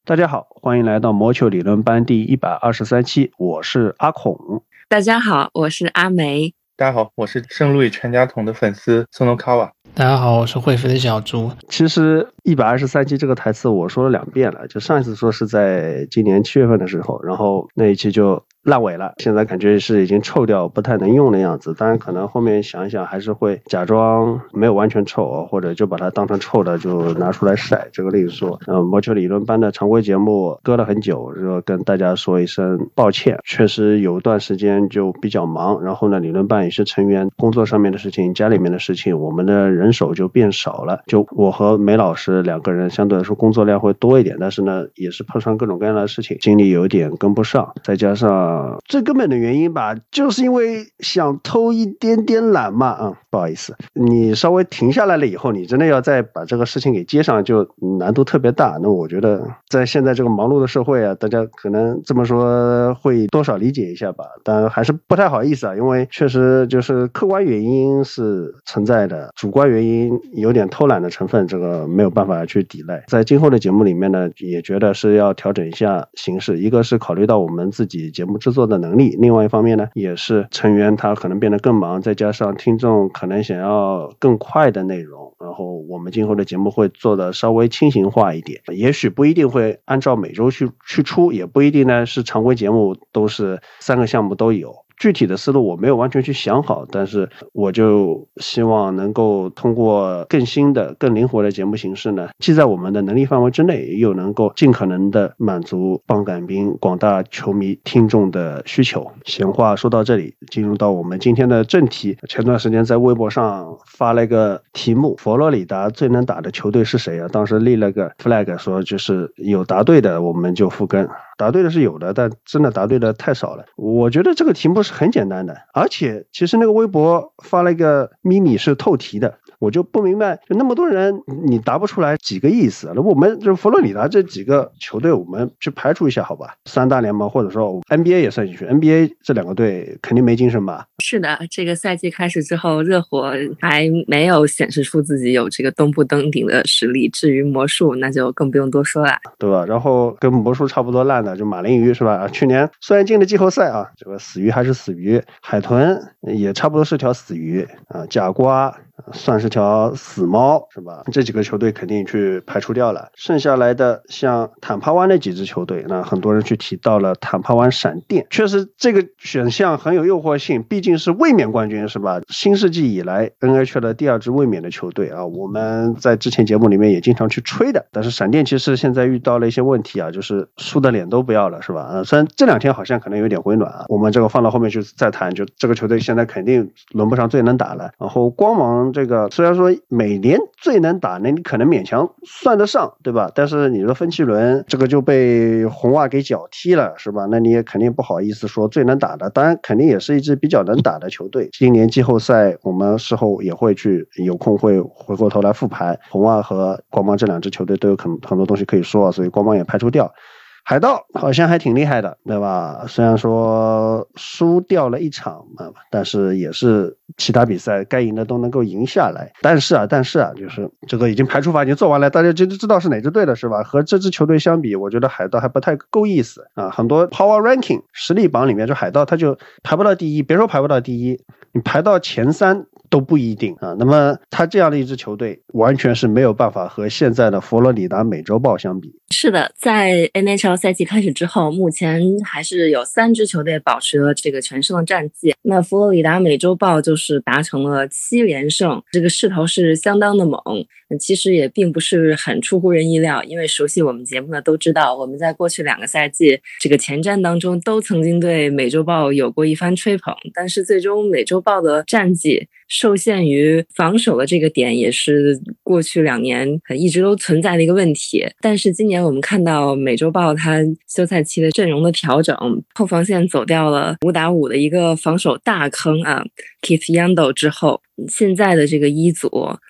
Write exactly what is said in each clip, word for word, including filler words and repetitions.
大家好，欢迎来到魔球理论班第一百二十三期，我是阿孔。 大家好，我是阿梅。 大家好，我是圣路易全家桶的粉丝松诺卡瓦。 大家好，我是会飞的小猪。 其实一百二十三期这个台词我说了两遍了，就上一次说是在今年七月份的时候，然后那一期就烂尾了，现在感觉是已经臭掉不太能用的样子。当然可能后面想一想还是会假装没有完全臭，或者就把它当成臭的就拿出来晒，这个另说。嗯，魔球理论班的常规节目搁了很久，就跟大家说一声抱歉，确实有段时间就比较忙，然后呢理论班也是成员工作上面的事情，家里面的事情，我们的人手就变少了，就我和梅老师两个人相对来说工作量会多一点，但是呢也是碰上各种各样的事情，精力有点跟不上，再加上最根本的原因吧，就是因为想偷一点点懒嘛。嗯，不好意思，你稍微停下来了以后，你真的要再把这个事情给接上，就难度特别大。那我觉得在现在这个忙碌的社会啊，大家可能这么说会多少理解一下吧，但还是不太好意思啊，因为确实就是客观原因是存在的，主观原因有点偷懒的成分，这个没有办法去抵赖。在今后的节目里面呢，也觉得是要调整一下形式，一个是考虑到我们自己节目制作的能力，另外一方面呢，也是成员他可能变得更忙，再加上听众可能想要更快的内容，然后我们今后的节目会做的稍微轻型化一点，也许不一定会按照每周去去出，也不一定呢是常规节目都是三个项目都有。具体的思路我没有完全去想好，但是我就希望能够通过更新的更灵活的节目形式呢，既在我们的能力范围之内，又能够尽可能的满足棒杆兵广大球迷听众的需求。闲话说到这里，进入到我们今天的正题。前段时间在微博上发了一个题目，佛罗里达最能打的球队是谁啊？当时立了个 flag 说就是有答对的我们就复更，答对的是有的，但真的答对的太少了。我觉得这个题目是很简单的，而且其实那个微博发了一个咪咪是透题的，我就不明白，就那么多人你答不出来几个意思。那我们就佛罗里达这几个球队我们去排除一下好吧，三大联盟或者说 N B A 也算进去， N B A 这两个队肯定没精神吧。 是的，这个赛季开始之后，热火还没有显示出自己有这个东部登顶的实力，至于魔术那就更不用多说了，对吧？然后跟魔术差不多烂的就马林鱼是吧？去年虽然进了季后赛啊，这个死鱼还是死鱼，海豚也差不多是条死鱼啊，甲瓜算是条死猫是吧？这几个球队肯定去排除掉了，剩下来的像坦帕湾那几支球队，那很多人去提到了坦帕湾闪电，确实这个选项很有诱惑性，毕竟是卫冕冠军是吧？新世纪以来 N H L 的第二支卫冕的球队啊，我们在之前节目里面也经常去吹的。但是闪电其实现在遇到了一些问题啊，就是输的脸都不要了是吧？呃，虽然这两天好像可能有点回暖啊，我们这个放到后面去再谈，就这个球队现在肯定轮不上最能打了。然后光芒这个虽然说每年最能打呢，你可能勉强算得上对吧？但是你说分期轮这个就被红袜给脚踢了是吧？那你也肯定不好意思说最能打的，当然肯定也是一支比较能打的球队。今年季后赛我们事后也会去有空会回过头来复盘，红袜和光芒这两支球队都有很很多东西可以说，所以光芒也排除掉。海盗好像还挺厉害的对吧？虽然说输掉了一场但是也是其他比赛该赢的都能够赢下来。但是啊但是啊就是这个已经排除法已经做完了，大家就知道是哪支队了是吧？和这支球队相比，我觉得海盗还不太够意思啊。很多 Power Ranking 实力榜里面，就海盗他就排不到第一，别说排不到第一，你排到前三都不一定啊。那么他这样的一支球队完全是没有办法和现在的佛罗里达美洲豹相比。 是的，在 N H L 赛季开始之后，目前还是有三支球队保持了这个全胜的战绩。那佛罗里达美洲豹就是达成了七连胜，这个势头是相当的猛。其实也并不是很出乎人意料，因为熟悉我们节目的都知道，我们在过去两个赛季这个前瞻当中都曾经对美洲豹有过一番吹捧，但是最终美洲豹的战绩受限于防守的这个点，也是过去两年一直都存在的一个问题。但是今年我们看到美洲豹它休赛期的阵容的调整，后防线走掉了五打五的一个防守大坑啊 Keith Yandle 之后，现在的这个一组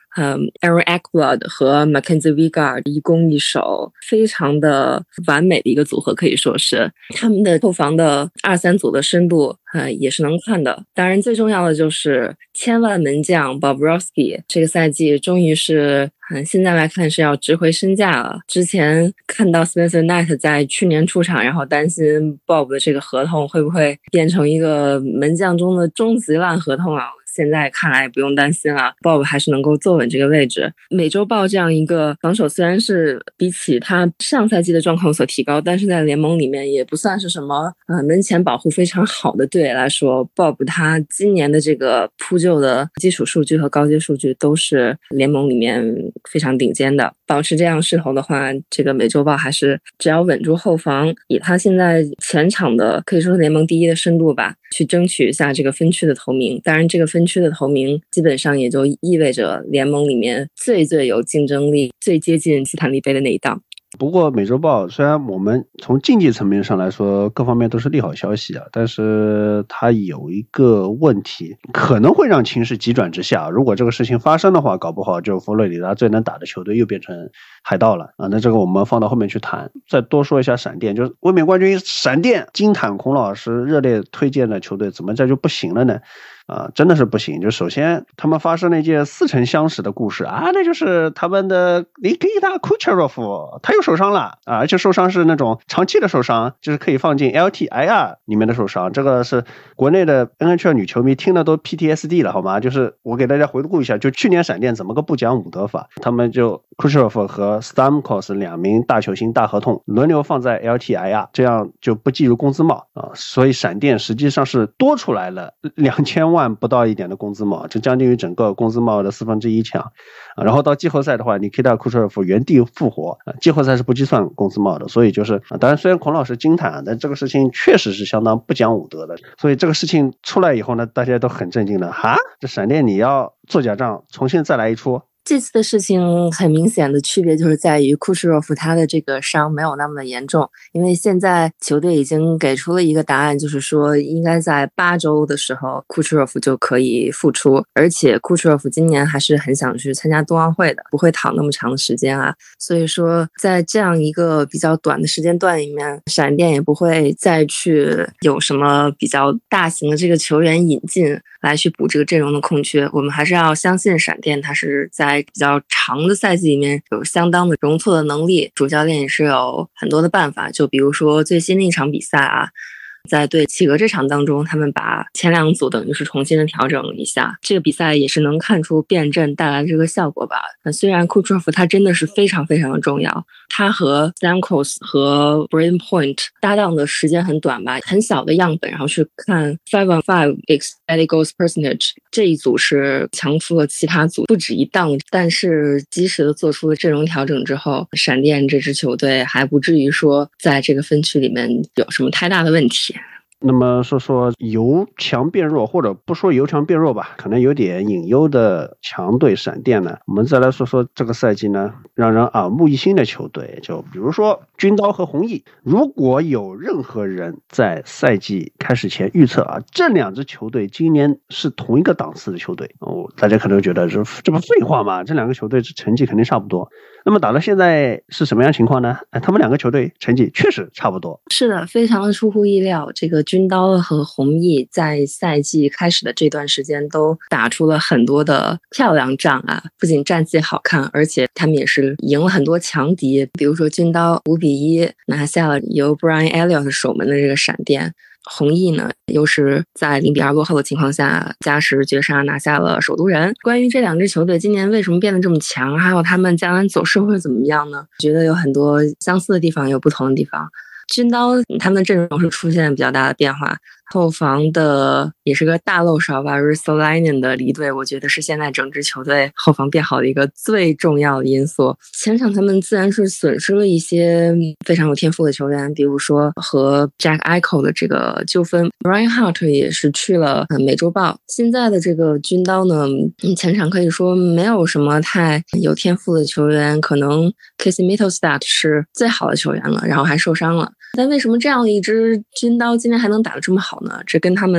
嗯 Aaron Ekblad 和 Mackenzie Weegar 一攻一守，非常的完美的一个组合，可以说是他们的后防的二三组的深度呃，也是能看的。当然最重要的就是千万门将 Bobrovsky 这个赛季终于是嗯，现在来看是要值回身价了。之前看到 Spencer Knight 在去年出场，然后担心 Bob 的这个合同会不会变成一个门将中的终极烂合同啊，现在看来也不用担心了， Bob 还是能够坐稳这个位置。美洲豹这样一个防守虽然是比起他上赛季的状况有所提高，但是在联盟里面也不算是什么呃门前保护非常好的队来说， Bob 他今年的这个扑救的基础数据和高阶数据都是联盟里面非常顶尖的。保持这样势头的话，这个美洲豹还是只要稳住后防，以他现在前场的可以说是联盟第一的深度吧，去争取一下这个分区的头名。当然这个分区的头名基本上也就意味着联盟里面最最有竞争力、最接近斯坦利杯的那一档。 不过美洲豹虽然我们从竞技层面上来说各方面都是利好消息啊，但是它有一个问题，可能会让情势急转直下。如果这个事情发生的话，搞不好就佛罗里达最能打的球队又变成海盗了啊！那这个我们放到后面去谈。再多说一下闪电，就是卫冕冠军闪电，金坦孔老师热烈推荐的球队，怎么这就不行了呢？啊，真的是不行。就首先他们发生了一件似曾相识的故事啊，那就是他们的尼基塔库切罗夫他又受伤了啊，而且受伤是那种长期的受伤，就是可以放进 L T I R 里面的受伤。这个是国内的 N H L 女球迷听了都 P T S D 了好吗？就是我给大家回顾一下，就去年闪电怎么个不讲武德法，他们就库切罗夫和 Stamkos 两名大球星大合同轮流放在 L T I R， 这样就不计入工资帽啊，所以闪电实际上是多出来了两千万不到一点的工资帽，这将近于整个工资帽的四分之一强。啊、然后到季后赛的话，尼基塔库切罗夫原地复活、啊、季后赛是不计算工资帽的，所以就是、啊、当然虽然孔老师惊叹，但这个事情确实是相当不讲武德的。所以这个事情出来以后呢，大家都很震惊的，哈，这闪电你要做假账重新再来一出。 这次的事情很明显的区别就是在于库切罗夫他的这个伤没有那么的严重，因为现在球队已经给出了一个答案，就是说应该在八周的时候库切罗夫就可以复出，而且库切罗夫今年还是很想去参加冬奥会的，不会躺那么长的时间啊，所以说在这样一个比较短的时间段里面，闪电也不会再去有什么比较大型的这个球员引进来去补这个阵容的空缺。我们还是要相信闪电他是在比较长的赛季里面有相当的容错的能力，主教练也是有很多的办法，就比如说最新的一场比赛啊，在对企鹅这场当中，他们把前两组等于是重新的调整了一下，这个比赛也是能看出变阵带来的这个效果吧。那虽然库切罗夫他真的是非常非常的重要，他和 Stamkos 和 Brayden Point 搭档的时间很短吧，很小的样本，然后去看 five on five expected goals percentage， 这一组是强出了其他组不止一档，但是及时的做出了阵容调整之后，闪电这支球队还不至于说在这个分区里面有什么太大的问题。 那么说说由强变弱，或者不说由强变弱吧，可能有点隐忧的强队闪电呢，我们再来说说这个赛季呢让人耳目一新的球队，就比如说军刀和红翼。如果有任何人在赛季开始前预测啊，这两支球队今年是同一个档次的球队，哦，大家可能觉得这这不废话吗？这两个球队成绩肯定差不多。那么打到现在是什么样情况呢？哎，他们两个球队成绩确实差不多。 是的，非常的出乎意料。这个军刀和红翼在赛季开始的这段时间都打出了很多的漂亮仗啊，不仅战绩好看，而且他们也是赢了很多强敌。比如说军刀五比一拿下了由 Brian Elliott 守门的这个闪电。红翼呢，又是在零比二落后的情况下，加时绝杀拿下了首都人。关于这两支球队今年为什么变得这么强，还有他们将来走势会怎么样呢？觉得有很多相似的地方，也有不同的地方。军刀他们的阵容是出现了比较大的变化，后防的也是个大漏勺吧 Ristolainen 的离队，我觉得是现在整支球队后防变好的一个最重要的因素。前场他们自然是损失了一些非常有天赋的球员，比如说和 Jack Eichel 的这个纠纷， Ryan Hart 也是去了美洲豹。现在的这个军刀呢，前场可以说没有什么太有天赋的球员，可能 Casey Mittelstadt 是最好的球员了，然后还受伤了。但为什么这样一支军刀今年还能打得这么好呢？这跟他们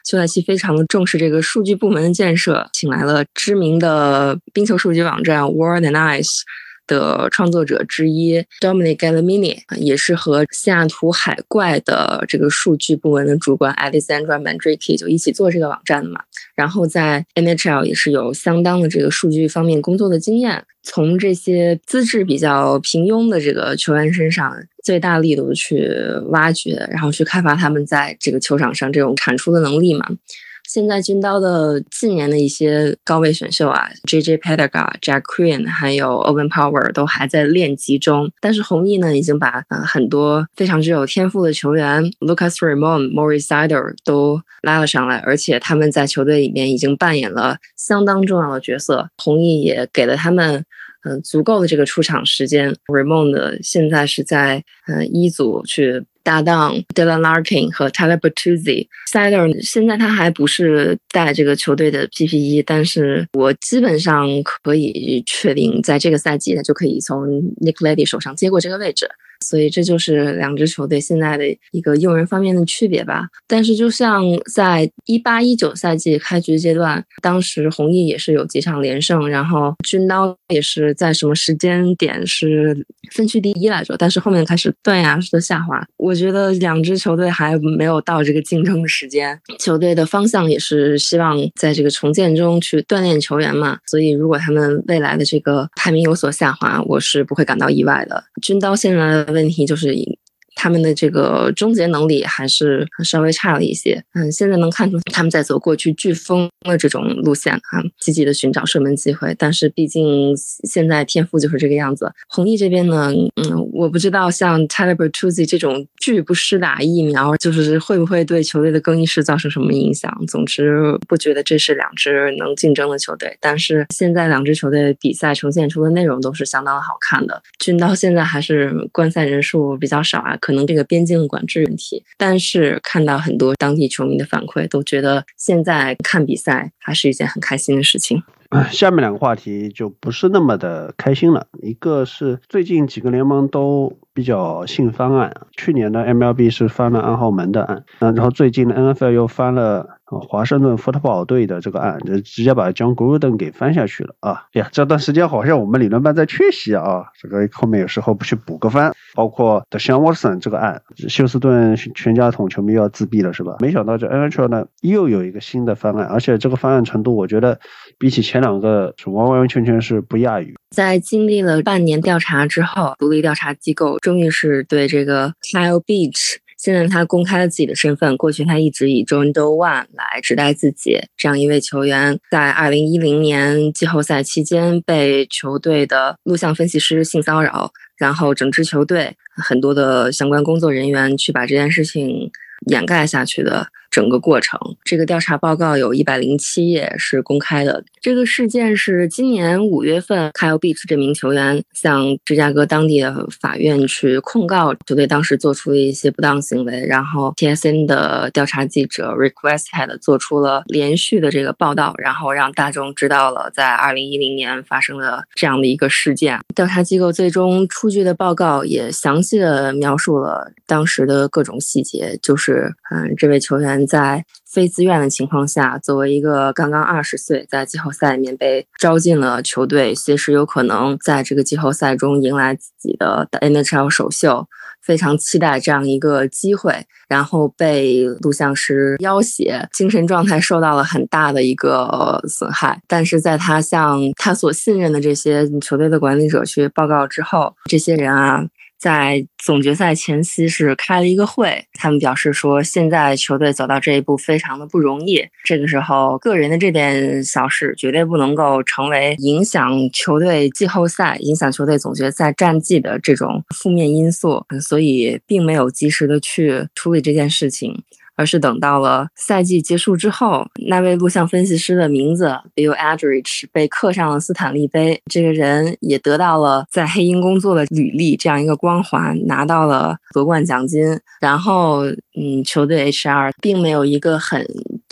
休赛期非常的重视这个数据部门的建设，请来了知名的冰球数据网站 World and Ice的创作者之一 Dominic Gallimini， 也是和西雅图海怪的这个数据部门的主管 Alessandra Mandrichi 就一起做这个网站的嘛。然后在 N H L 也是有相当的这个数据方面工作的经验，从这些资质比较平庸的这个球员身上最大力度去挖掘，然后去开发他们在这个球场上这种产出的能力嘛。现在军刀的近年的一些高位选秀啊 J J Peterga、Jack Quinn 还有 Owen Power 都还在练级中，但是红翼呢已经把、呃、很多非常具有天赋的球员 Lucas Raymond、Maurice Sider 都拉了上来，而且他们在球队里面已经扮演了相当重要的角色，红翼也给了他们呃，足够的这个出场时间。 Raymond 现在是在呃一组去搭档 Dylan Larkin 和 Tyler Bertuzzi。 Sider 现在他还不是带这个球队的 P P E， 但是我基本上可以确定在这个赛季他就可以从 Nick Leddy 手上接过这个位置，所以这就是两支球队现在的一个用人方面的区别吧。但是就像在一八一九赛季开局阶段，当时红翼也是有几场连胜，然后军刀也是在什么时间点是分区第一来着，但是后面开始断崖式的下滑。我觉得两支球队还没有到这个竞争的时间，球队的方向也是希望在这个重建中去锻炼球员嘛，所以如果他们未来的这个排名有所下滑，我是不会感到意外的。军刀现在问题就是他们的这个终结能力还是稍微差了一些，嗯，现在能看出他们在走过去飓风的这种路线啊，积极的寻找射门机会，但是毕竟现在天赋就是这个样子。红翼这边呢，嗯，我不知道像 Tyler Bertuzzi 这种拒不施打疫苗，就是会不会对球队的更衣室造成什么影响。总之不觉得这是两支能竞争的球队，但是现在两支球队比赛呈现出的内容都是相当好看的。军刀现在还是观赛人数比较少啊，可能这个边境管制问题，但是看到很多当地球迷的反馈，都觉得现在看比赛还是一件很开心的事情。 下面两个话题就不是那么的开心了，一个是最近几个联盟都比较信翻案，去年的 M L B 是翻了暗号门的案，然后最近的 N F L 又翻了华盛顿福特堡队的这个案，就直接把 John Gruden 给翻下去了啊！呀，这段时间好像我们理论班在缺席啊，这个后面有时候不去补个番。包括 Deshaun Watson 这个案，休斯顿全家桶球迷要自闭了是吧？没想到这 N H L 呢又有一个新的翻案，而且这个翻案程度我觉得比起前两个是完完全全是不亚于。 在经历了半年调查之后，独立调查机构终于是对这个 Kyle Beach， 现在他公开了自己的身份，过去他一直以 John Doe One 来指代自己。这样一位球员在二零一零年季后赛期间被球队的录像分析师性骚扰，然后整支球队很多的相关工作人员去把这件事情掩盖下去的整个过程。这个调查报告有一百零七页是公开的。这个事件是今年五月份 Kyle Beach 这名球员向芝加哥当地的法院去控告球队当时做出了一些不当行为，然后 T S N 的调查记者 Rick Westhead 做出了连续的这个报道，然后让大众知道了在二零一零年发生了这样的一个事件。调查机构最终出具的报告也详细的描述了当时的各种细节，就是嗯，这位球员在非自愿的情况下，作为一个刚刚二十岁，在季后赛里面被招进了球队，随时有可能在这个季后赛中迎来自己的 N H L 首秀，非常期待这样一个机会，然后被录像师要挟，精神状态受到了很大的一个损害。但是在他向他所信任的这些球队的管理者去报告之后，这些人啊在总决赛前夕是开了一个会，他们表示说现在球队走到这一步非常的不容易，这个时候个人的这点小事绝对不能够成为影响球队季后赛、影响球队总决赛战绩的这种负面因素，所以并没有及时的去处理这件事情，而是等到了赛季结束之后，那位录像分析师的名字 Bill Aldridge 被刻上了斯坦利杯，这个人也得到了在黑鹰工作的履历这样一个光环，拿到了夺冠奖金。然后嗯，球队 H R 并没有一个很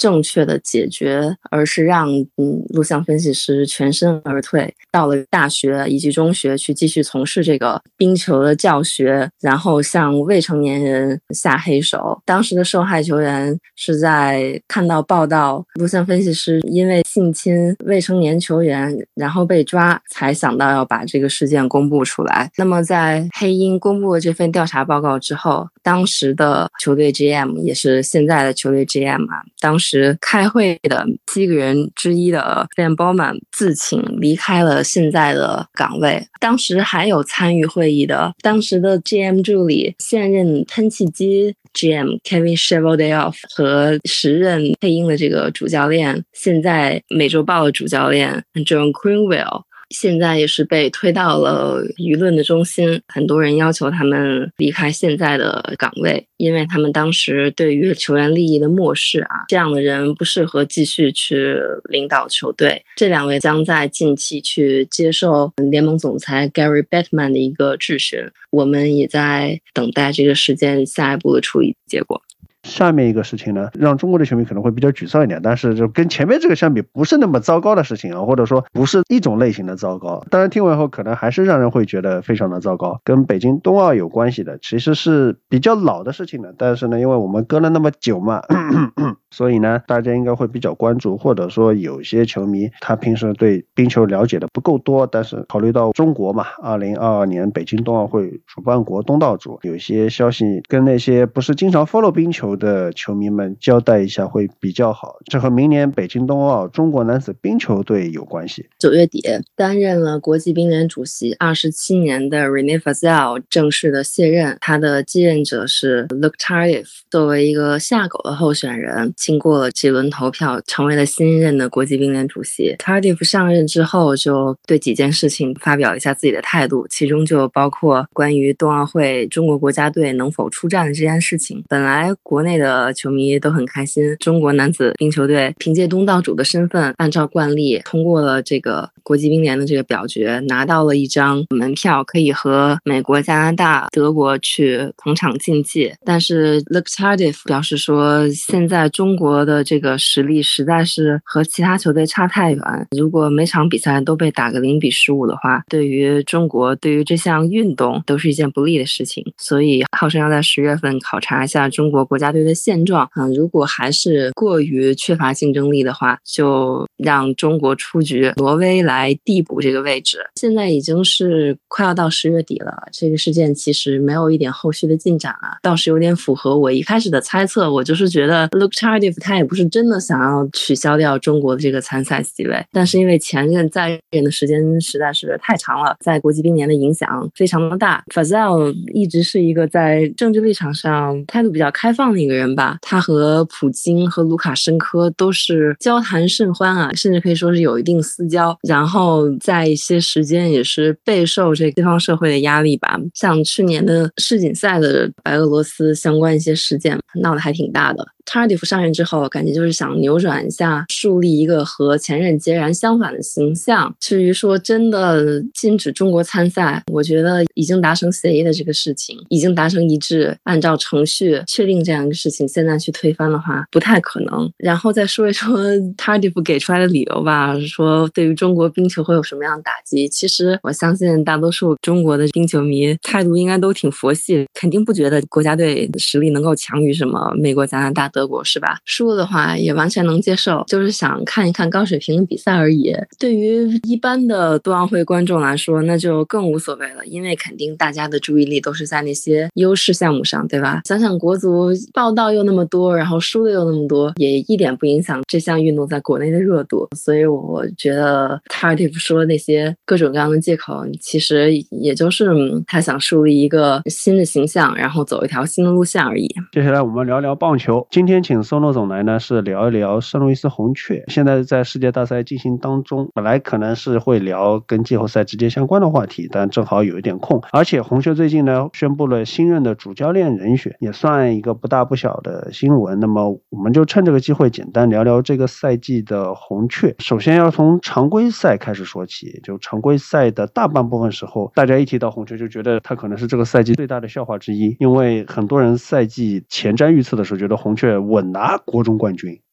正确的解决，而是让嗯录像分析师全身而退，到了大学以及中学去继续从事这个冰球的教学，然后向未成年人下黑手。当时的受害球员是在看到报道录像分析师因为性侵未成年球员然后被抓，才想到要把这个事件公布出来。那么在黑鹰公布了这份调查报告之后，当时的球队 G M 也是现在的球队 G M 啊，当时开会的七个人之一的 Stan Bowman 自请离开了现在的岗位。当时还有参与会议的当时的 G M 助理现任喷气机 G M Kevin Cheveldayoff 和时任黑鹰的这个主教练，现在美洲豹的主教练 John Greenwell，现在也是被推到了舆论的中心，很多人要求他们离开现在的岗位，因为他们当时对于球员利益的漠视啊，这样的人不适合继续去领导球队。这两位将在近期去接受联盟总裁 Gary Bettman 的一个质询，我们也在等待这个事件下一步的处理结果。 下面一个事情呢，让中国的球迷可能会比较沮丧一点，但是就跟前面这个相比不是那么糟糕的事情啊，或者说不是一种类型的糟糕。当然听完后可能还是让人会觉得非常的糟糕。跟北京冬奥有关系的，其实是比较老的事情了，但是呢因为我们隔了那么久嘛所以呢大家应该会比较关注，或者说有些球迷他平时对冰球了解的不够多，但是考虑到中国嘛，二零二二年北京冬奥会主办国东道主，有些消息跟那些不是经常 follow 冰球的球迷们交代一下会比较好。这和明年北京冬奥中国男子冰球队有关系。 九月底担任了国际冰联主席二十七年的 René Fazal 正式的卸任，他的继任者是 Luke Tardif， 作为一个下狗的候选人，经过了几轮投票成为了新任的国际冰联主席。 Tardif 上任之后就对几件事情发表了一下自己的态度，其中就包括关于冬奥会中国国家队能否出战的这件事情。本来国内的球迷都很开心，中国男子冰球队凭借东道主的身份，按照惯例通过了这个国际冰联的这个表决，拿到了一张门票，可以和美国、加拿大、德国去同场竞技。但是 Luke Tardif 表示说，现在中国的这个实力实在是和其他球队差太远，如果每场比赛都被打个零比十五的话，对于中国，对于这项运动都是一件不利的事情。所以号称要在十月份考察一下中国国家队的现状，嗯，如果还是过于缺乏竞争力的话，就让中国出局，挪威来递补这个位置。现在已经是快要到十月底了，这个事件其实没有一点后续的进展啊，倒是有点符合我一开始的猜测。我就是觉得 Luke Tardif 他也不是真的想要取消掉中国的这个参赛席位，但是因为前任在任的时间实在是太长了，在国际冰联的影响非常的大。 Fazal 一直是一个在政治立场上态度比较开放的一个人吧，他和普京和卢卡申科都是交谈甚欢啊，甚至可以说是有一定私交，然后在一些时间也是备受这西方社会的压力吧。像去年的世锦赛的白俄罗斯相关一些事件闹得还挺大的。Tardif 上任之后，感觉就是想扭转一下，树立一个和前任截然相反的形象。至于说真的禁止中国参赛，我觉得已经达成协议的这个事情，已经达成一致，按照程序确定这样一个事情，现在去推翻的话，不太可能。然后再说一说 Tardif 给出来的理由吧，说对于中国冰球会有什么样的打击。其实我相信大多数中国的冰球迷态度应该都挺佛系，肯定不觉得国家队实力能够强于什么美国、加拿大、德国，是吧？输了的话也完全能接受，就是想看一看高水平的比赛而已。对于一般的冬奥会观众来说，那就更无所谓了，因为肯定大家的注意力都是在那些优势项目上，对吧？想想国足报道又那么多，然后输的又那么多，也一点不影响这项运动在国内的热度。所以我觉得 Tardif 说那些各种各样的借口，其实也就是他想树立一个新的形象，然后走一条新的路线而已。 接下来我们聊聊棒球。今天请松诺总来呢，是聊一聊圣路易斯红雀。现在在世界大赛进行当中，本来可能是会聊跟季后赛直接相关的话题，但正好有一点空。而且红雀最近呢宣布了新任的主教练人选，也算一个不大不小的新闻。那么我们就趁这个机会简单聊聊这个赛季的红雀。首先要从常规赛开始说起，就常规赛的大半部分时候，大家一提到红雀就觉得它可能是这个赛季最大的笑话之一，因为很多人赛季前瞻预测的时候觉得红雀稳拿国中冠军。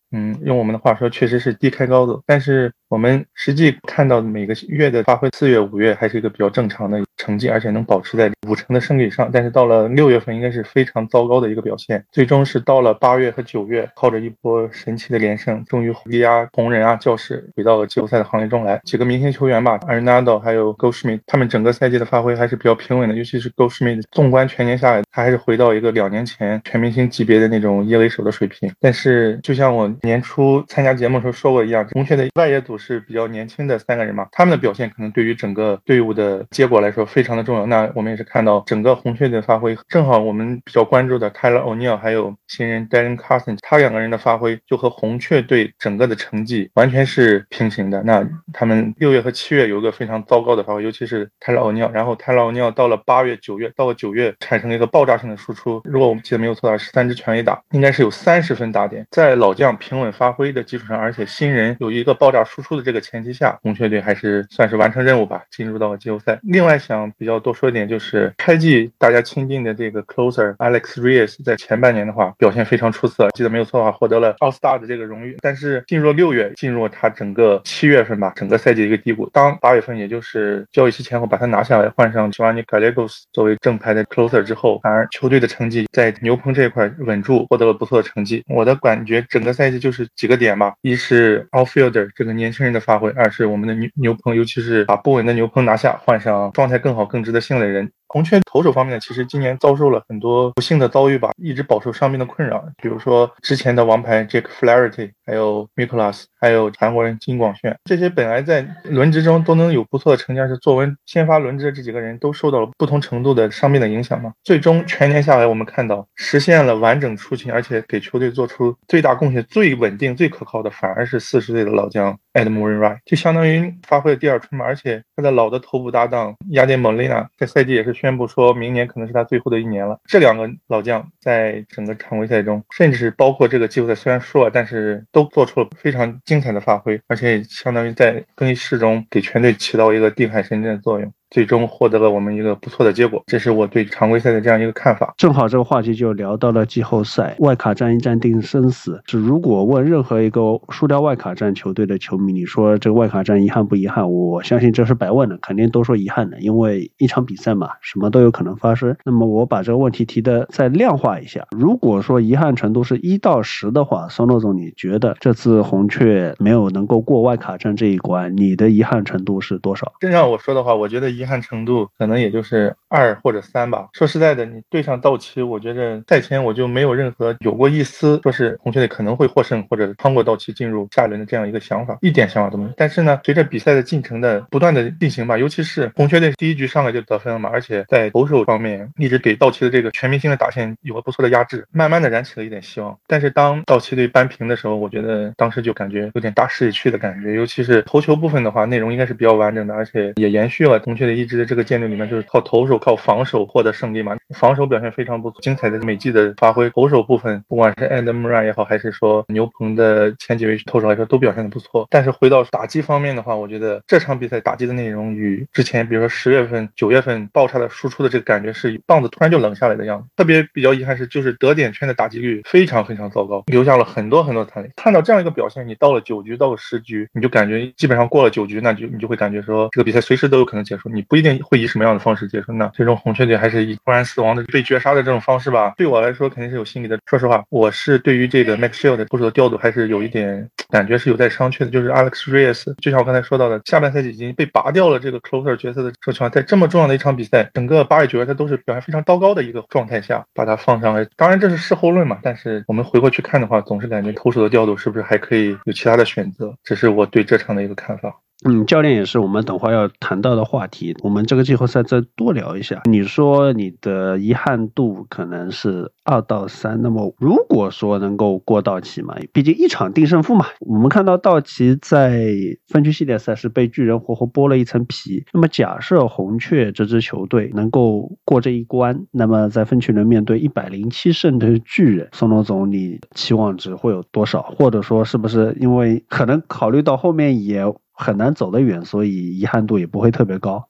嗯，用我们的话说，确实是低开高走。但是我们实际看到每个月的发挥，四月、五月还是一个比较正常的成绩，而且能保持在五成的胜率上。但是到了六月份，应该是非常糟糕的一个表现。最终是到了八月和九月，靠着一波神奇的连胜，终于力压红人啊、教士回到了季后赛的行列中来。几个明星球员吧 ，Arenado 还有 Goldschmidt， 他们整个赛季的发挥还是比较平稳的，尤其是 Goldschmidt， 纵观全年下来，他还是回到一个两年前全明星级别的那种一垒手的水平。但是就像我年初参加节目的时候说过一样，红雀的外野组是比较年轻的三个人嘛，他们的表现可能对于整个队伍的结果来说非常的重要。那我们也是看到整个红雀的发挥，正好我们比较关注的 Tyler O'Neill 还有新人 Darren Carson， 他两个人的发挥就和红雀队整个的成绩完全是平行的。那他们六月和七月有一个非常糟糕的发挥，尤其是 Tyler O'Neill， 然后 Tyler O'Neill 到了八月、九月，到了九月产生了一个爆炸性的输出。如果我们记得没有错的话，十三支全垒打，应该是有三十分打点。在老将平稳发挥的基础上，而且新人有一个爆炸输出的这个前提下，红雀队还是算是完成任务吧，进入到了季后赛。另外想比较多说一点，就是开季大家亲近的这个 closer Alex Reyes 在前半年的话表现非常出色，记得没有错的话获得了 All Star 的这个荣誉。但是进入六月，进入他整个七月份吧，整个赛季的一个低谷。当八月份也就是交易期前后把他拿下来，换上 Giovanni Gallegos 作为正牌的 closer 之后，反而球队的成绩在牛棚这一块稳住，获得了不错的成绩。我的感觉整个赛季就是几个点吧，一是 outfielder 这个年轻人的发挥，二是我们的牛牛棚，尤其是把不稳的牛棚拿下，换上状态更好更值得信赖的人。红雀投手方面呢，其实今年遭受了很多不幸的遭遇吧，一直饱受伤病的困扰。比如说之前的王牌 Jake Flaherty， 还有 Mikolas， 还有韩国人金广炫，这些本来在轮值中都能有不错的成绩，是作为先发轮值的这几个人都受到了不同程度的伤病的影响嘛。最终全年下来，我们看到实现了完整出勤，而且给球队做出最大贡献、最稳定、最可靠的，反而是四十岁的老将 Adam Wainwright， 就相当于发挥了第二春嘛。而且他的老的头部搭档亚典莫雷纳在赛季也是宣布说明年可能是他最后的一年了。这两个老将在整个常规赛中，甚至包括这个季后赛虽然输了，但是都做出了非常精彩的发挥，而且相当于在更衣室中给全队起到一个定海神针的作用，最终获得了我们一个不错的结果。这是我对常规赛的这样一个看法。 正好这个话题就聊到了季后赛，外卡战一战定生死。是如果问任何一个输掉外卡战球队的球迷，你说这个外卡战遗憾不遗憾？我相信这是白问的，肯定都说遗憾的，因为一场比赛嘛，什么都有可能发生。那么我把这个问题提的再量化一下，如果说遗憾程度是一到十的话，松诺总，你觉得这次红雀没有能够过外卡战这一关，你的遗憾程度是多少？ 真让我说的话，我觉得遗憾程度可能也就是二或者三吧。说实在的，你对上道奇，我觉得赛前我就没有任何有过一丝说是红雀队可能会获胜或者穿过道奇进入下一轮的这样一个想法，一点想法都没有。但是呢，随着比赛的进程的不断的进行吧，尤其是红雀队第一局上来就得分了嘛，而且在投手方面一直给道奇的这个全明星的打线有了不错的压制，慢慢的燃起了一点希望。但是当道奇队扳平的时候，我觉得当时就感觉有点大势已去的感觉，尤其是投球部分的话，内容应该是比较完整的，而且也延续了红雀队一直的这个舰队里面就是靠投手靠防守获得胜利嘛。防守表现非常不错，精彩的每季的发挥，投手部分不管是 Adam Moran 也好，还是说牛棚的前几位投手来说都表现的不错。但是回到打击方面的话，我觉得这场比赛打击的内容与之前比如说十月份九月份爆炸的输出的这个感觉是棒子突然就冷下来的样子。特别比较遗憾是就是得点圈的打击率非常非常糟糕，留下了很多很多残垒。看到这样一个表现，你到了九局到了十局，你就感觉基本上过了九局，那就你就会感觉说这个比赛随时都有可能结束，你不一定会以什么样的方式结束。那最终红雀队还是以突然死亡的被绝杀的这种方式吧，对我来说肯定是有心理的。说实话，我是对于这个 Max Shield 投手的调度还是有一点感觉是有待商榷的。就是 Alex Reyes， 就像我刚才说到的，下半赛季已经被拔掉了这个 closer 角色的这情况，在这么重要的一场比赛，整个八月九月他都是表现非常糟糕的一个状态下把他放上来，当然这是事后论嘛，但是我们回过去看的话，总是感觉投手的调度是不是还可以有其他的选择，这是我对这场的一个看法。 嗯，教练也是我们等会要谈到的话题，我们这个季后赛再多聊一下。你说你的遗憾度可能是二到三，那么如果说能够过道奇嘛，毕竟一场定胜负嘛，我们看到道奇在分区系列赛是被巨人活活剥了一层皮。那么假设红雀这支球队能够过这一关，那么在分区轮面对一百零七胜的巨人，松罗总你期望值会有多少？或者说是不是因为可能考虑到后面也很难走得远，所以遗憾度也不会特别高？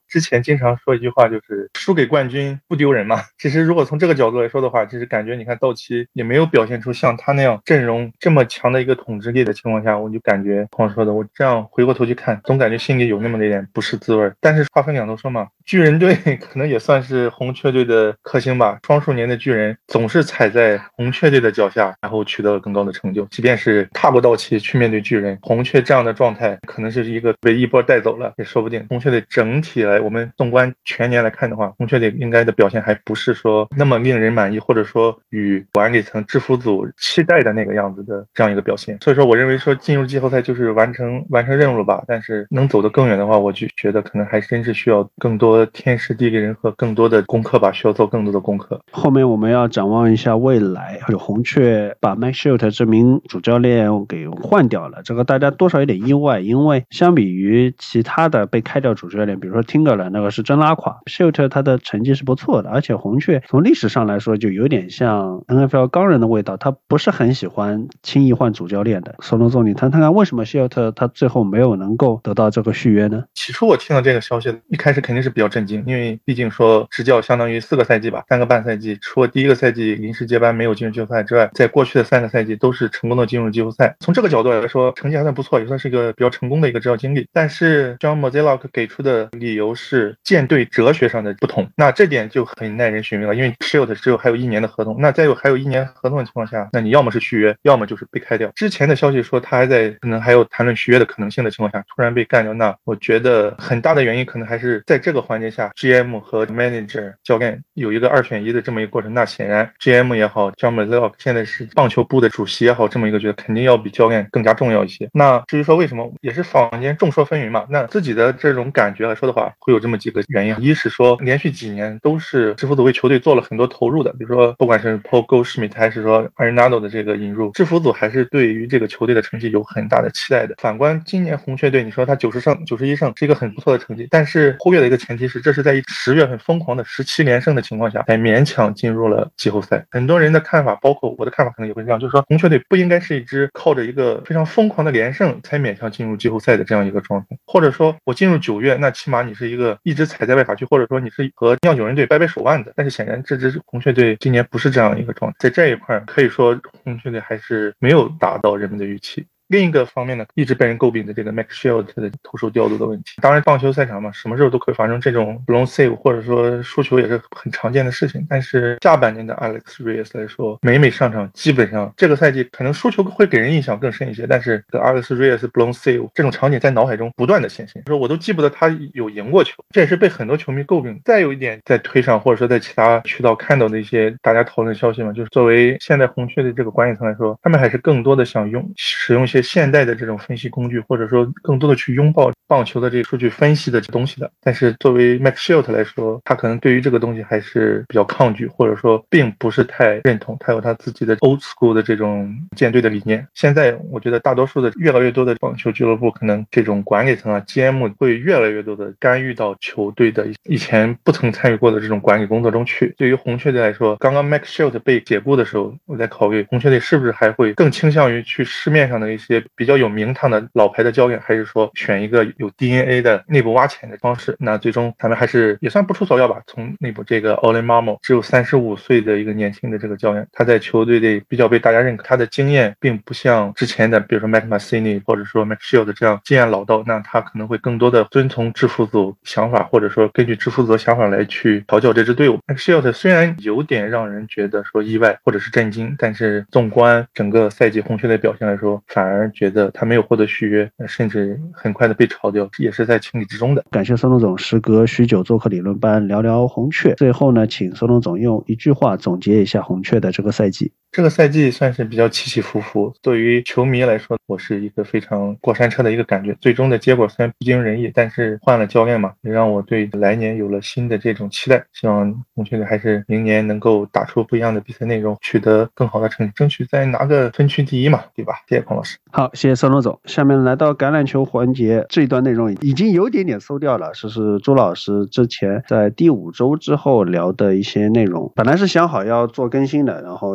之前经常说一句话，就是输给冠军不丢人嘛。其实如果从这个角度来说的话，其实感觉你看道奇也没有表现出像他那样阵容这么强的一个统治力的情况下，我就感觉同样说的，我这样回过头去看，总感觉心里有那么的一点不是滋味。但是话分两头说嘛，巨人队可能也算是红雀队的克星吧，双数年的巨人总是踩在红雀队的脚下，然后取得了更高的成就。即便是踏过道奇去面对巨人，红雀这样的状态可能是一个被一波带走了也说不定。红雀队整体来，我们纵观全年来看的话，红雀队应该的表现还不是说那么令人满意，或者说与管理层制服组期待的那个样子的这样一个表现。所以说我认为说进入季后赛就是完成完成任务了吧，但是能走得更远的话，我就觉得可能还真是需要更多天时地利人和更多的功课吧，需要做更多的功课。 后面我们要展望一下未来，有红雀把 Mike Shildt 这名主教练给换掉了，这个大家多少有点意外，因为相比于其他的被开掉主教练，比如说 Tingle 那个是真拉垮， Shildt 他的成绩是不错的，而且红雀从历史上来说就有点像 N F L 钢人的味道，他不是很喜欢轻易换主教练的。索隆总，你谈谈看为什么 Shildt 他最后没有能够得到这个续约呢？ 起初我听到这个消息一开始肯定是比较震惊，因为毕竟说执教相当于四个赛季吧，三个半赛季，除了第一个赛季临时接班没有进入季后赛之外，在过去的三个赛季都是成功的进入季后赛。从这个角度来说，成绩还算不错，也算是一个比较成功的一个执教经历。但是 John Mozeliak 给出的理由是舰队哲学上的不同，那这点就很耐人寻味了，因为 Shildt 只有还有一年的合同，那在有还有一年合同的情况下，那你要么是续约，要么就是被开掉。之前的消息说他还在可能还有谈论续约的可能性的情况下，突然被干掉，那我觉得很大的原因可能还是在这个环节下 G M 和 Manager 教练有一个二选一的这么一个过程。那显然 G M 也好， John Mozeliak 现在是棒球部的主席也好，这么一个觉得肯定要比教练更加重要一些。那至于说为什么，也是坊间众说纷纭嘛，那自己的这种感觉来说的话，会有这么几个原因。一是说连续几年都是制服组为球队做了很多投入的，比如说不管是 Paul Goldschmidt 还是说 Arenado 的这个引入，制服组还是对于这个球队的成绩有很大的期待的。反观今年红雀队，你说他九十胜九十一胜是一个很不错的成绩，但是忽略的一个前提是这是在十月份疯狂的十七连胜的情况下才勉强进入了季后赛。很多人的看法，包括我的看法可能也会这样，就是说红雀队不应该是一支靠着一个非常疯狂的连胜才勉强进入季后赛的这样一个状态，或者说我进入九月，那起码你是一个一直踩在外卡区，或者说你是和酿酒人队掰掰手腕的。但是显然这支红雀队今年不是这样一个状态，在这一块可以说红雀队还是没有达到人们的预期。另一个方面呢，一直被人诟病的这个 Mike Shildt 的投手调度的问题。当然棒球赛场嘛，什么时候都可以发生这种 blown save 或者说输球也是很常见的事情。但是下半年的 Alex Reyes 来说，每每上场基本上这个赛季可能输球会给人印象更深一些，但是 Alex Reyes blown save 这种场景在脑海中不断的显现，说我都记不得他有赢过球，这也是被很多球迷诟病。再有一点在推上或者说在其他渠道看到的一些大家讨论消息嘛，就是作为现在红雀的这个管理层来说，他们还是更多的想用使用一些现代的这种分析工具，或者说更多的去拥抱棒球的这个数据分析的东西的。但是作为 Mike Shildt 来说，他可能对于这个东西还是比较抗拒，或者说并不是太认同，他有他自己的 old school 的这种舰队的理念。现在我觉得大多数的越来越多的棒球俱乐部，可能这种管理层啊 G M 会越来越多的干预到球队的以前不曾参与过的这种管理工作中去。对于红雀队来说，刚刚 Mike Shildt 被解雇的时候，我在考虑红雀队是不是还会更倾向于去市面上的一些比较有名堂的老牌的教练，还是说选一个有 D N A 的内部挖潜的方式。那最终他们还是也算不出所料吧，从内部这个 Olin Marmol 只有三十五岁的一个年轻的这个教练，他在球队里比较被大家认可，他的经验并不像之前的比如说 Mike Matheny 或者说 Mike Shildt 这样经验老道，那他可能会更多的遵从制服组想法，或者说根据制服组的想法来去调教这支队伍。Mike Shildt 虽然有点让人觉得说意外或者是震惊，但是纵观整个赛季红雀队表现来说，反而觉得他没有获得续约，甚至很快的被炒掉，也是在情理之中的。 感谢孙龙总时隔许久做客理论班聊聊红雀。最后呢，请孙龙总用一句话总结一下红雀的这个赛季。 这个赛季算是比较起起伏伏，对于球迷来说，我是一个非常过山车的一个感觉。最终的结果虽然不尽人意，但是换了教练嘛，也让我对来年有了新的这种期待。希望红雀队还是明年能够打出不一样的比赛内容，取得更好的成绩，争取再拿个分区第一嘛，对吧？谢谢孔老师。 好，谢谢孙龙总。下面来到橄榄球环节，这一段内容已经有点点馊掉了，这是朱老师之前在第五周之后聊的一些内容。本来是想好要做更新的，然后又是很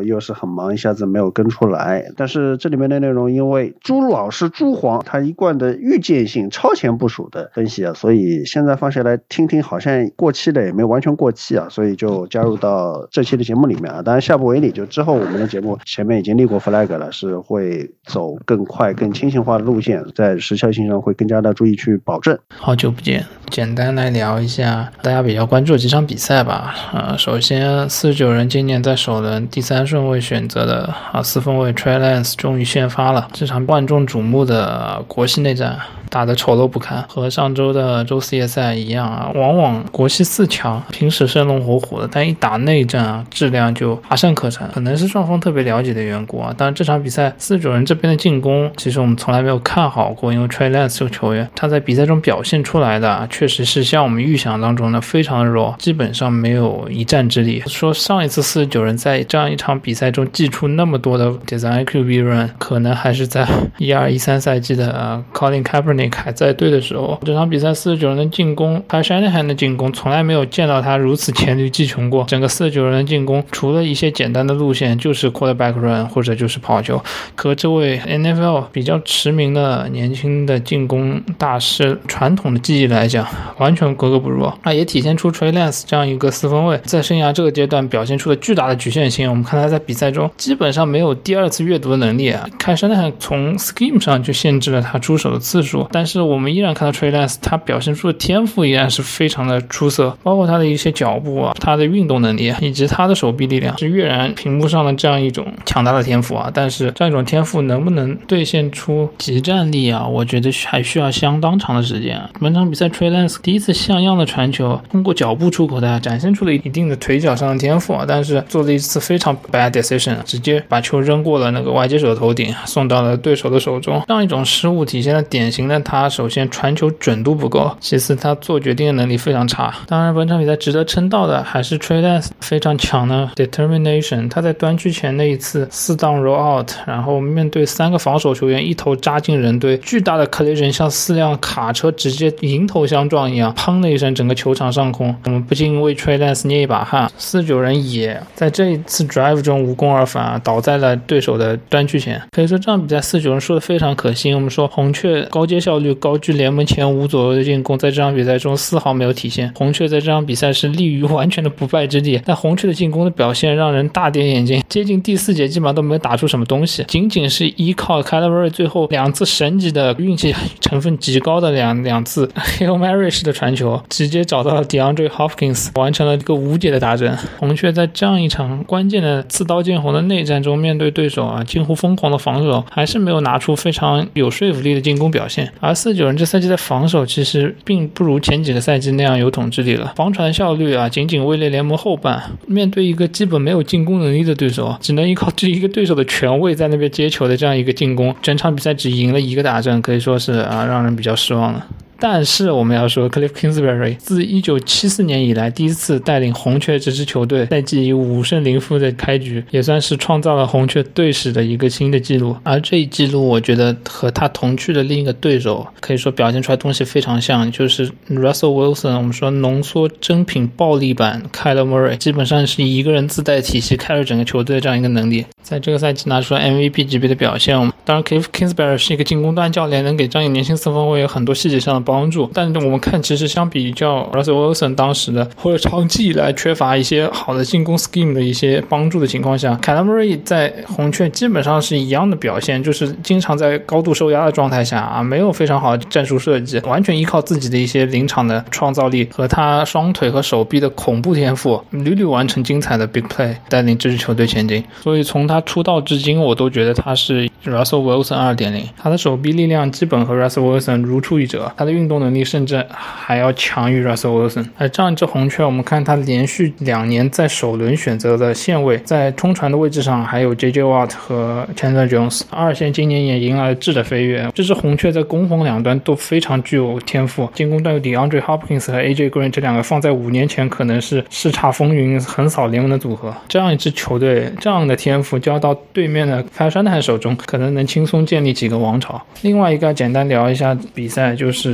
很忙，一下子没有跟出来。但是这里面的内容，因为朱老师朱黄他一贯的预见性、超前部署的分析啊，所以现在放下来听听，好像过期的也没完全过期啊，所以就加入到这期的节目里面啊。当然下不为例，就之后我们的节目前面已经立过 flag 了，是会走更快、更清晰化的路线，在时效性上会更加的注意去保证。 好久不见，简单来聊一下大家比较关注的几场比赛吧。呃，首先四十九人今年在首轮第三顺位选择的啊四分卫 Trey Lance 终于先发了，这场万众瞩目的国西内战打得丑陋不堪，和上周的周四夜赛一样啊，往往国西四强平时生龙活虎的，但一打内战啊，质量就乏善可陈，可能是双方特别了解的缘故啊。当然这场比赛四十九人这边的进攻，其实我们从来没有看好过，因为 Trey Lance 这个球员他在比赛中表现出来的、啊、确实是像我们预想当中的非常的弱，基本上没有一战之力。说上一次四十九人在这样一场比赛中祭出那么多的 Design Q B Run， 可能还是在一二一三赛季的、呃、Colin Kaepernick还在队的时候。这场比赛四十九人的进攻，还有 Shanahan 的进攻，从来没有见到他如此黔驴技穷过。整个四十九人的进攻，除了一些简单的路线，就是 quarterback run 或者就是跑球，和这位 N F L 比较驰名的年轻的进攻大师传统的技艺来讲，完全格格不入。那也体现出 Trey Lance 这样一个四分卫在生涯这个阶段表现出了巨大的局限性。我们看他在比赛中基本上没有第二次阅读的能力啊，看Shanahan从 scheme 上就限制了他出手的次数，但是我们依然看到 Trey Lance 他表现出的天赋依然是非常的出色，包括他的一些脚步啊，他的运动能力以及他的手臂力量是跃然屏幕上的这样一种强大的天赋啊。但是这样一种天赋能不能兑现出即战力啊，我觉得还需要相当长的时间啊。本场比赛 Trey Lance 第一次像样的传球，通过脚步出口的展现出了一定的腿脚上的天赋啊，但是做了一次非常 bad decision， 直接把球扔过了那个外接手的头顶，送到了对手的手中。这样一种失误体现了典型的他首先传球准度不够，其次他做决定的能力非常差。当然本场比赛值得称道的还是 Trey Lance 非常强的 determination， 他在端区前那一次四档 roll out， 然后面对三个防守球员一头扎进人堆，巨大的 collision 像四辆卡车直接迎头相撞一样，砰的一声整个球场上空，我们不禁为 Trey Lance 捏一把汗。四十九人也在这一次 drive 中无功而返，倒在了对手的端区前。可以说这场比赛四十九人说的非常可惜，我们说红雀高阶效率高居联盟前五左右的进攻，在这场比赛中丝毫没有体现。红雀在这场比赛是立于完全的不败之地，但红雀的进攻的表现让人大跌眼镜，接近第四节基本上都没有打出什么东西，仅仅是依靠 Kyler Murray 最后两次神级的运气成分极高的两两次 Hail Mary 式的传球，直接找到了 DeAndre Hopkins， 完成了一个无解的达阵。红雀在这样一场关键的刺刀见红的内战中，面对对手啊近乎疯狂的防守，还是没有拿出非常有说服力的进攻表现。而四十九人这赛季的防守其实并不如前几个赛季那样有统治力了，防传效率啊仅仅位列联盟后半。面对一个基本没有进攻能力的对手，只能依靠这一个对手的权位在那边接球的这样一个进攻，整场比赛只赢了一个打阵，可以说是啊让人比较失望了。但是我们要说 Cliff Kingsbury 自一九七四年以来第一次带领红雀这支球队赛季以五胜零负的开局，也算是创造了红雀队史的一个新的记录。而这一记录我觉得和他同区的另一个对手可以说表现出来东西非常像，就是 Russell Wilson， 我们说浓缩真品暴力版 Kyler Murray， 基本上是一个人自带体系开了整个球队的这样一个能力，在这个赛季拿出了 M V P 级别的表现。当然 Cliff Kingsbury 是一个进攻端教练，能给这样一个年轻四分卫有很多细节上的帮助，但我们看其实相比较 Russell Wilson 当时的或者长期以来缺乏一些好的进攻 scheme 的一些帮助的情况下， Kyler Murray 在红雀基本上是一样的表现，就是经常在高度受压的状态下啊，没有非常好的战术设计，完全依靠自己的一些临场的创造力和他双腿和手臂的恐怖天赋，屡屡完成精彩的 big play， 带领这支球队前进。所以从他出道至今，我都觉得他是 Russell Wilson 二点零， 他的手臂力量基本和 Russell Wilson 如出一辙，他的运动能力甚至还要强于 Russell Wilson。 而这样一支红雀，我们看他连续两年在首轮选择的线位，在冲传的位置上还有 J J Watt 和 Chandler Jones， 二线今年也迎来了质的飞跃。这支红雀在攻防两端都非常具有天赋，进攻端有 DeAndre Hopkins 和 A J Green， 这两个放在五年前可能是叱咤风云横扫联盟的组合。这样一支球队这样的天赋交到对面的Kyle Shanahan手中，可能能轻松建立几个王朝。另外一个简单聊一下比赛，就是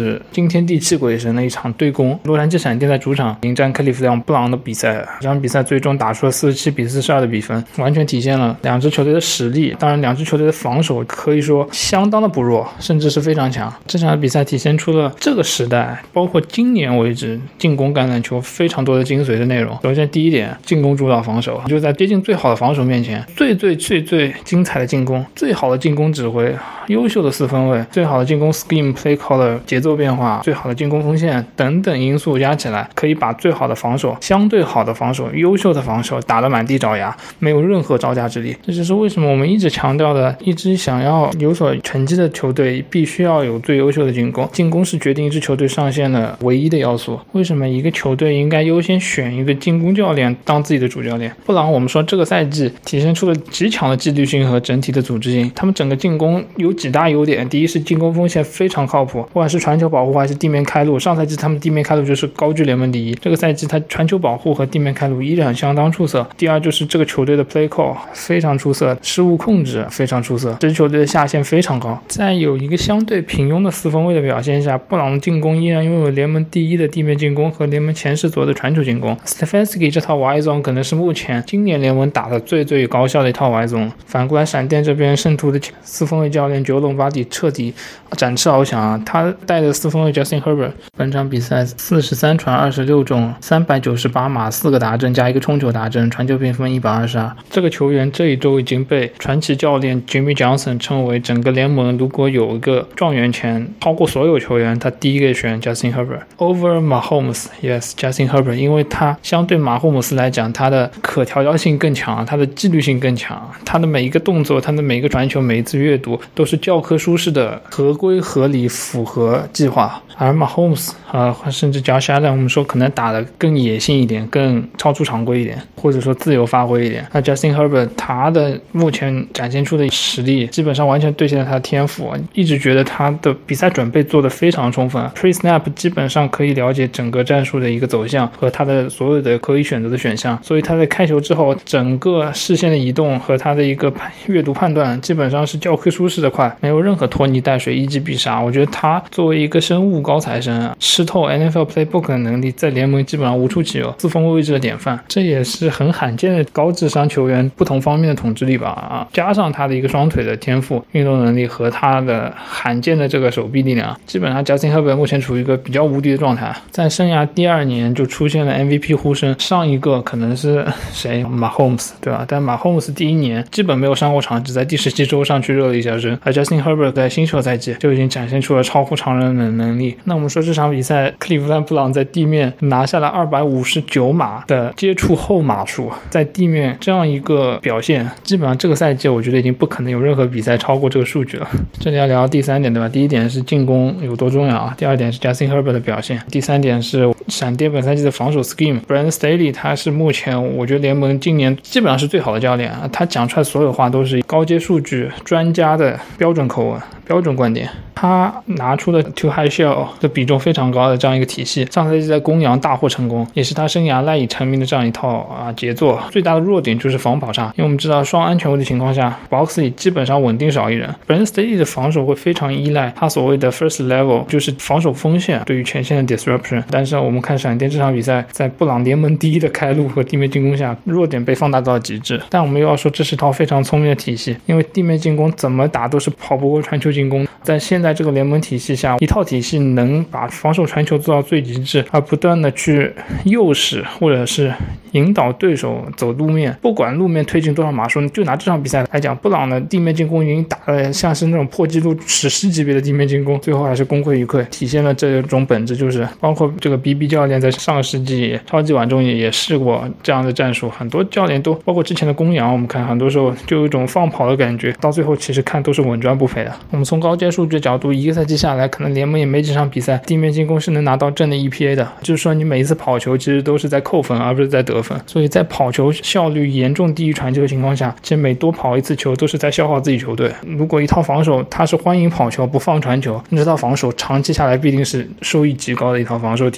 是惊天地泣鬼神的一场对攻。洛杉矶闪电在主场迎战克利夫兰布朗的比赛，这场比赛最终打出了四十七比四十二的比分，完全体现了两支球队的实力。当然两支球队的防守可以说相当的不弱，甚至是非常强。这场比赛体现出了这个时代包括今年为止进攻橄榄球非常多的精髓的内容。首先第一点，进攻主导防守，就在接近最好的防守面前，最最最最精彩的进攻，最好的进攻指挥，优秀的四分卫，最好的进攻 scheme play caller 节奏变化，最好的进攻锋线等等因素加起来，可以把最好的防守、相对好的防守、优秀的防守打得满地找牙，没有任何招架之力。这就是为什么我们一直强调的，一支想要有所成绩的球队必须要有最优秀的进攻，进攻是决定一支球队上限的唯一的要素。为什么一个球队应该优先选一个进攻教练当自己的主教练？布朗我们说这个赛季体现出了极强的纪律性和整体的组织性，他们整个进攻有几大优点。第一是进攻锋线非常靠谱，不管是传球保护还是地面开路，上赛季他们地面开路就是高居联盟第一，这个赛季他传球保护和地面开路依然相当出色。第二就是这个球队的 play call 非常出色，失误控制非常出色，这支球队的下限非常高。在有一个相对平庸的四分卫的表现下，布朗的进攻依然拥有联盟第一的地面进攻和联盟前十左右的传球进攻。 Stefanski 这套 Y zone 可能是目前今年联盟打的最最高效的一套 Y zone。 反过来闪电这边圣徒的四分卫教练Joe Lombardi彻底展翅翱翔啊！他带的四分卫 Justin Herbert 本场比赛四十三传二十六中三百九十八码四个达阵加一个冲球达阵，传球评分一百二十二。这个球员这一周已经被传奇教练 Jimmy Johnson 称为整个联盟如果有一个状元权超过所有球员，他第一个选 Justin Herbert over Mahomes。 Yes Justin Herbert， 因为他相对马霍姆斯来讲，他的可调教性更强，他的纪律性更强，他的每一个动作，他的每一个传球，每一次阅读都是教科书式的合规合理符合计划。而 Mahomes 啊、呃，甚至 Josh Allen 我们说可能打得更野性一点，更超出常规一点，或者说自由发挥一点。那 Justin Herbert 他的目前展现出的实力基本上完全兑现了他的天赋，一直觉得他的比赛准备做得非常充分， Pre-Snap 基本上可以了解整个战术的一个走向和他的所有的可以选择的选项，所以他在开球之后整个视线的移动和他的一个阅读判断基本上是教科书式的快，没有任何拖泥带水一击必杀。我觉得他作为一个生物高材生，吃透 N F L Playbook 的能力在联盟基本上无出其右，四分卫位置的典范，这也是很罕见的高智商球员不同方面的统治力吧。啊，加上他的一个双腿的天赋、运动能力和他的罕见的这个手臂力量，基本上 Justin Herbert 目前处于一个比较无敌的状态，在生涯第二年就出现了 M V P 呼声，上一个可能是谁 Mahomes 对吧？但 Mahomes 第一年基本没有上过场，只在第十七周上去热了一下身，而 Justin Herbert 在新秀赛季就已经展现出了超乎常人的能力。那我们说这场比赛克利夫兰布朗在地面拿下了二百五十九码的接触后码数，在地面这样一个表现，基本上这个赛季我觉得已经不可能有任何比赛超过这个数据了。这里要聊第三点对吧？第一点是进攻有多重要，第二点是 Justin Herbert 的表现，第三点是闪电本赛季的防守 scheme。 Brandon Staley 他是目前我觉得联盟今年基本上是最好的教练，他讲出来所有话都是高阶数据专家的标准口吻、标准观点。他拿出了 Too High Shell 的比重非常高的这样一个体系，上赛季在公羊大获成功，也是他生涯赖以成名的这样一套啊杰作。最大的弱点就是防跑差，因为我们知道双安全位的情况下 Boxley 基本上稳定少一人。 Brandon Staley 的防守会非常依赖他所谓的 First Level， 就是防守锋线对于前线的 disruption。 但是我们看闪电这场比赛，在布朗联盟第一的开路和地面进攻下，弱点被放大到了极致。但我们又要说这是套非常聪明的体系，因为地面进攻怎么打都是跑不过传球进攻。在现在这个联盟体系下，一套体系能把防守传球做到最极致，而不断的去诱使或者是引导对手走路面，不管路面推进多少码数。就拿这场比赛来讲，布朗的地面进攻已经打得像是那种破纪录史诗级别的地面进攻，最后还是功亏一篑，体现了这种本质。就是包括这个 B B 教练在上个世纪超级碗中也也试过这样的战术，很多教练都包括之前的公羊，我们看很多时候就有一种放跑的感觉，到最后其实看都是稳赚不赔的。我们从高阶数据角度，一个赛季下来可能联盟也没几场比赛地面进攻是能拿到正的 E P A 的，就是说你每一次跑球其实都是在扣分而不是在得分，所以在跑球效率严重低于传球的情况下，其实每多跑一次球都是在消耗自己球队。如果一套防守它是欢迎跑球不放传球，这套防守长期下来必定是收益极高的一套防守体系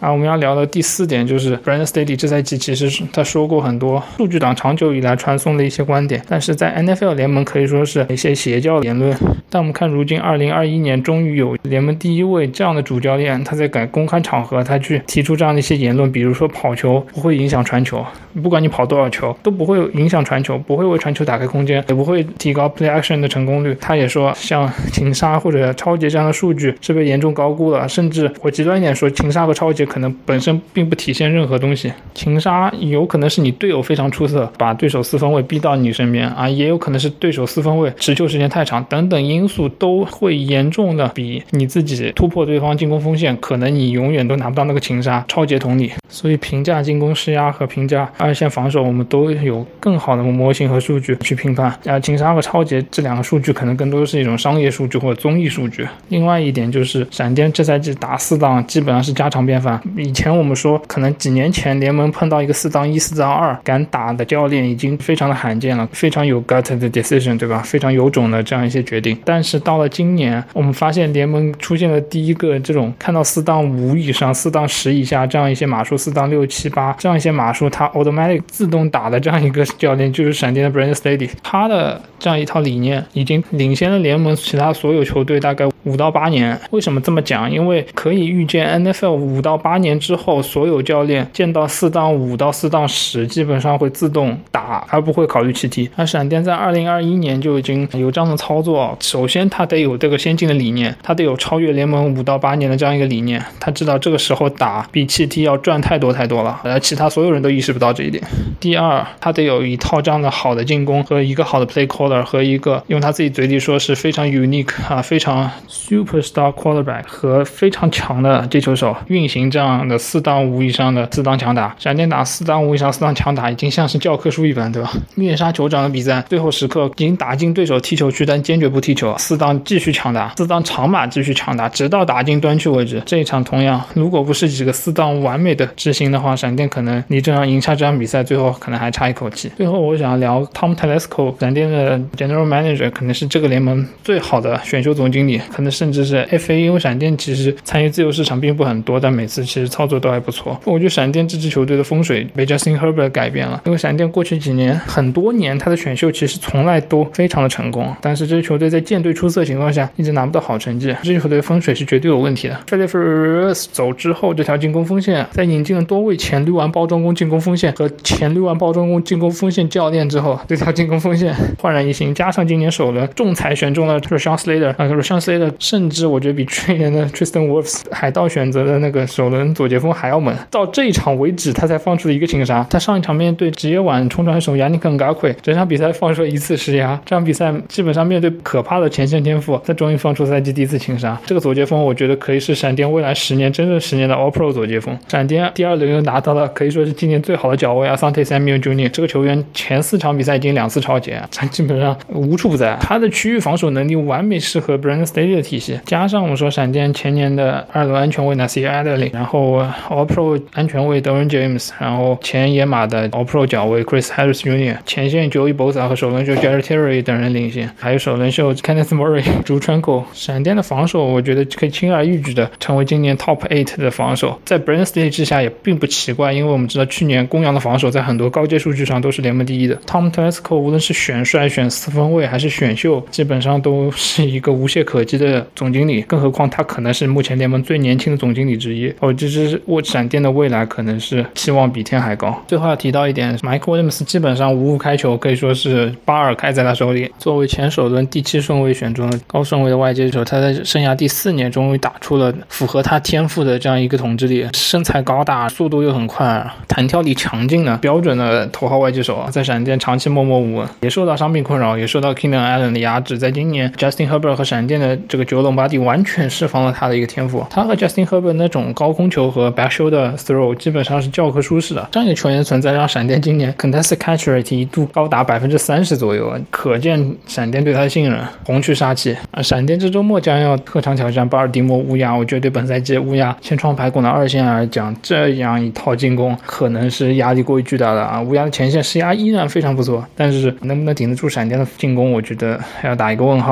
啊，我们要聊的第四点就是 Brandon Staley 这赛季其实他说过很多数据党长久以来传送的一些观点，但是在 N F L 联盟可以说是一些邪教的言论。但我们看如今二零二一年终于有联盟第一位这样的主教练，他在改公开场合他去提出这样的一些言论，比如说跑球不会影响传球，不管你跑多少球都不会影响传球，不会为传球打开空间，也不会提高 play action 的成功率。他也说像擒杀或者超节这样的数据是被严重高估了，甚至我极端一点说，擒杀和超节可能本身并不体现任何东西。擒杀有可能是你队友非常出色，把对手四分卫逼到你身边啊，也有可能是对手四分卫持球时间太长，等等因素都会严重的比你自己突破对方进攻锋线，可能你永远都拿不到那个擒杀超节同理。所以评价进攻施压和评价二线防守，我们都有更好的模型和数据去评判。啊，擒杀和超节这两个数据可能更多是一种商业数据或者综艺数据。另外一点就是闪电这赛季打四档基本上是家常便饭。以前我们说可能几年前联盟碰到一个四档一四档二敢打的教练已经非常的罕见了，非常有 gut 的 decision， 对吧？非常有种的这样一些决定。但是到了今年，我们发现联盟出现了第一个这种看到四档五以上四档十以下这样一些码数，四档六七八这样一些码数他 automatic 自动打的这样一个教练，就是闪电的 Brandon Staley。他的这样一套理念已经领先了联盟其他所有球队大概五到八年。为什么这么讲？因为可以预见 N F L 五到八年之后，所有教练见到四档五到四档十基本上会自动打，而不会考虑弃踢。那闪电在二零二一年就已经有这样的操作，首先他得有这个先进的理念，他得有超越联盟五到八年的这样一个理念，他知道这个时候打比弃踢要赚太多太多了，而其他所有人都意识不到这一点。第二，他得有一套这样的好的进攻和一个好的 play caller 和一个用他自己嘴里说是非常 unique 啊，非常 superstar quarterback 和非常强的接球手运行这样的四档五以上的四档强打。闪电打四档五以上四档强打已经像是教科书一般，对吧？虐杀酋长的比赛最后时刻已经打进对手踢球区，但坚决不踢球，四档继续强打，四档长码继续强打，直到打进端区为止。这一场同样，如果不是几个四档完美的执行的话，闪电可能离这场赢下这场比赛最后可能还差一口气。最后我想聊 Tom Telesco， 闪电的 General Manager 可能是这个联盟最好的选秀总经理，可能甚至是 F A， 因为闪电其实参与自由市场并不很多，但每次其实操作都还不错。我觉得闪电这支球队的风水被 Justin Herbert 改变了，因为闪电过去几年很多年他的选秀其实从来都非常的成功，但是这支球队在舰队出色的情况下一直拿不到好成绩，这支球队的风水是绝对有问题的。Philip Rivers 走之后，这条进攻锋线在引进了多位前六万包装工进攻锋线和前六万包装工进攻锋线教练之后，这条进攻锋线焕然一新，加上今年首轮仲裁选中了 Rashawn Slater， 啊 Rashawn Slater 甚至我觉得比去年的 Tristan Wirfs 海盗选择的那个首轮左截锋还要猛。到这一场为止，他才放出了一个擒杀。他上一场面对职业碗冲传手亚尼克·嘎奎，整场比赛放出了一次施压。这场比赛基本上面对可怕的前线天赋，他终于放出赛季第一次擒杀。这个左截锋，我觉得可以是闪电未来十年真正十年的 All Pro 左截锋。闪电第二轮又拿到了可以说是今年最好的脚位啊 Asante Samuel Junior 这个球员前四场比赛已经两次超节，他基本上无处不在。他的区域防守能力完美适合 Brandon Staley 的体系，加上我们说闪电前年的二轮安全卫 Nasir Adderley， 然后 All Pro 安全卫 Derwin James， 然后前野马的 All Pro 脚卫 Chris Harris Junior 前线 Joey Bosa 和首轮秀 Jared Terry 等人领先，还有首轮秀 Kenneth Murray 竹川口。闪电的防守我觉得可以轻而易举的成为今年 Top 八的防守，在 Brandon Staley 之下也并不奇怪，因为我们知道去年公羊的防守在很多高阶数据上都是联盟第一的。 Tom Telesco 无论是选帅选四分卫还是选秀，基本上都是一个无懈可击的总经理，更何况他可能是目前联盟最年轻的总经理之一。哦，这是我闪电的未来可能是期望比天还高。最后要提到一点， Mike Williams 基本上无误开球，可以说是巴尔开在他手里。作为前首轮第七顺位选中的高顺位的外接手，他在生涯第四年终于打出了符合他天赋的这样一个统治力，身材高大，速度又很快，弹跳力强劲的标准的头号外接手，在闪电长期默默无闻，也受到伤病困扰，也受到 Keenan Allen 的压制。在今年 Justin Herbert 和闪电的这个九龙巴蒂完全释放了他的一个天赋，他和 Justin Herbert 那种高空球和 back shoulder throw 基本上是教科书式的。这样一个球员存在让闪电今年 contested catch rate 一度高达 百分之三十 左右，可见闪电对他的信任。红区杀气啊！闪电这周末将要客场挑战巴尔的摩乌鸦，我觉得对本赛季乌鸦千疮百孔的二线来讲，这样一套进攻可能是压力过于巨大的啊！乌鸦的前线施压依然非常不错，但是能不能顶得住闪电的进攻，我觉得还要打一个问号。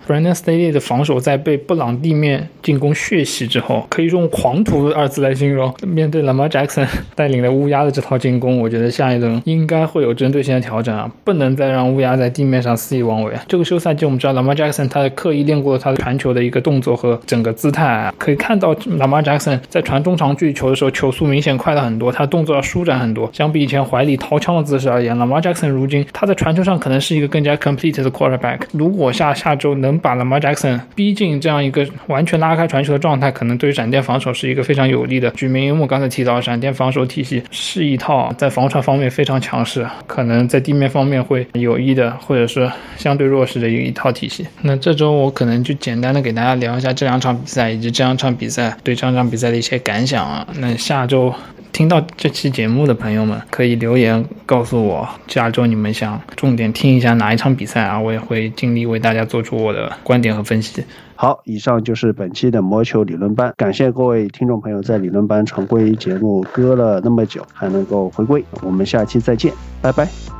Brandon Staley 的防守在被布朗地面进攻血洗之后，可以用狂徒二字来形容。面对 Lamar Jackson 带领了乌鸦的这套进攻，我觉得下一轮应该会有针对性的调整啊，不能再让乌鸦在地面上肆意妄为。这个休赛季我们知道 Lamar Jackson 他刻意练过他的传球的一个动作和整个姿态啊，可以看到 Lamar Jackson 在传中长距离球的时候球速明显快了很多，他动作要舒展很多，相比以前怀里掏枪的姿势而言， Lamar Jackson 如今他在传球上可能是一个更加 complete 的 quarterback。 如果下下周能把 Lamar Jackson 逼进这样一个完全拉开传球的状态，可能对闪电防守是一个非常有利的。举名因为我刚才提到闪电防守体系是一套在防传方面非常强势，可能在地面方面会有益的或者是相对弱势的一套体系。那这周我可能就简单的给大家聊一下这两场比赛以及这两场比赛对这两场比赛的一些感想啊。那下周听到这期节目的朋友们可以留言告诉我下周你们想重点听一下哪一场比赛啊，我也会尽力为大家做出我的观点和分析。 好，以上就是本期的魔球理论班，感谢各位听众朋友在理论班常规节目搁了那么久还能够回归，我们下期再见，拜拜。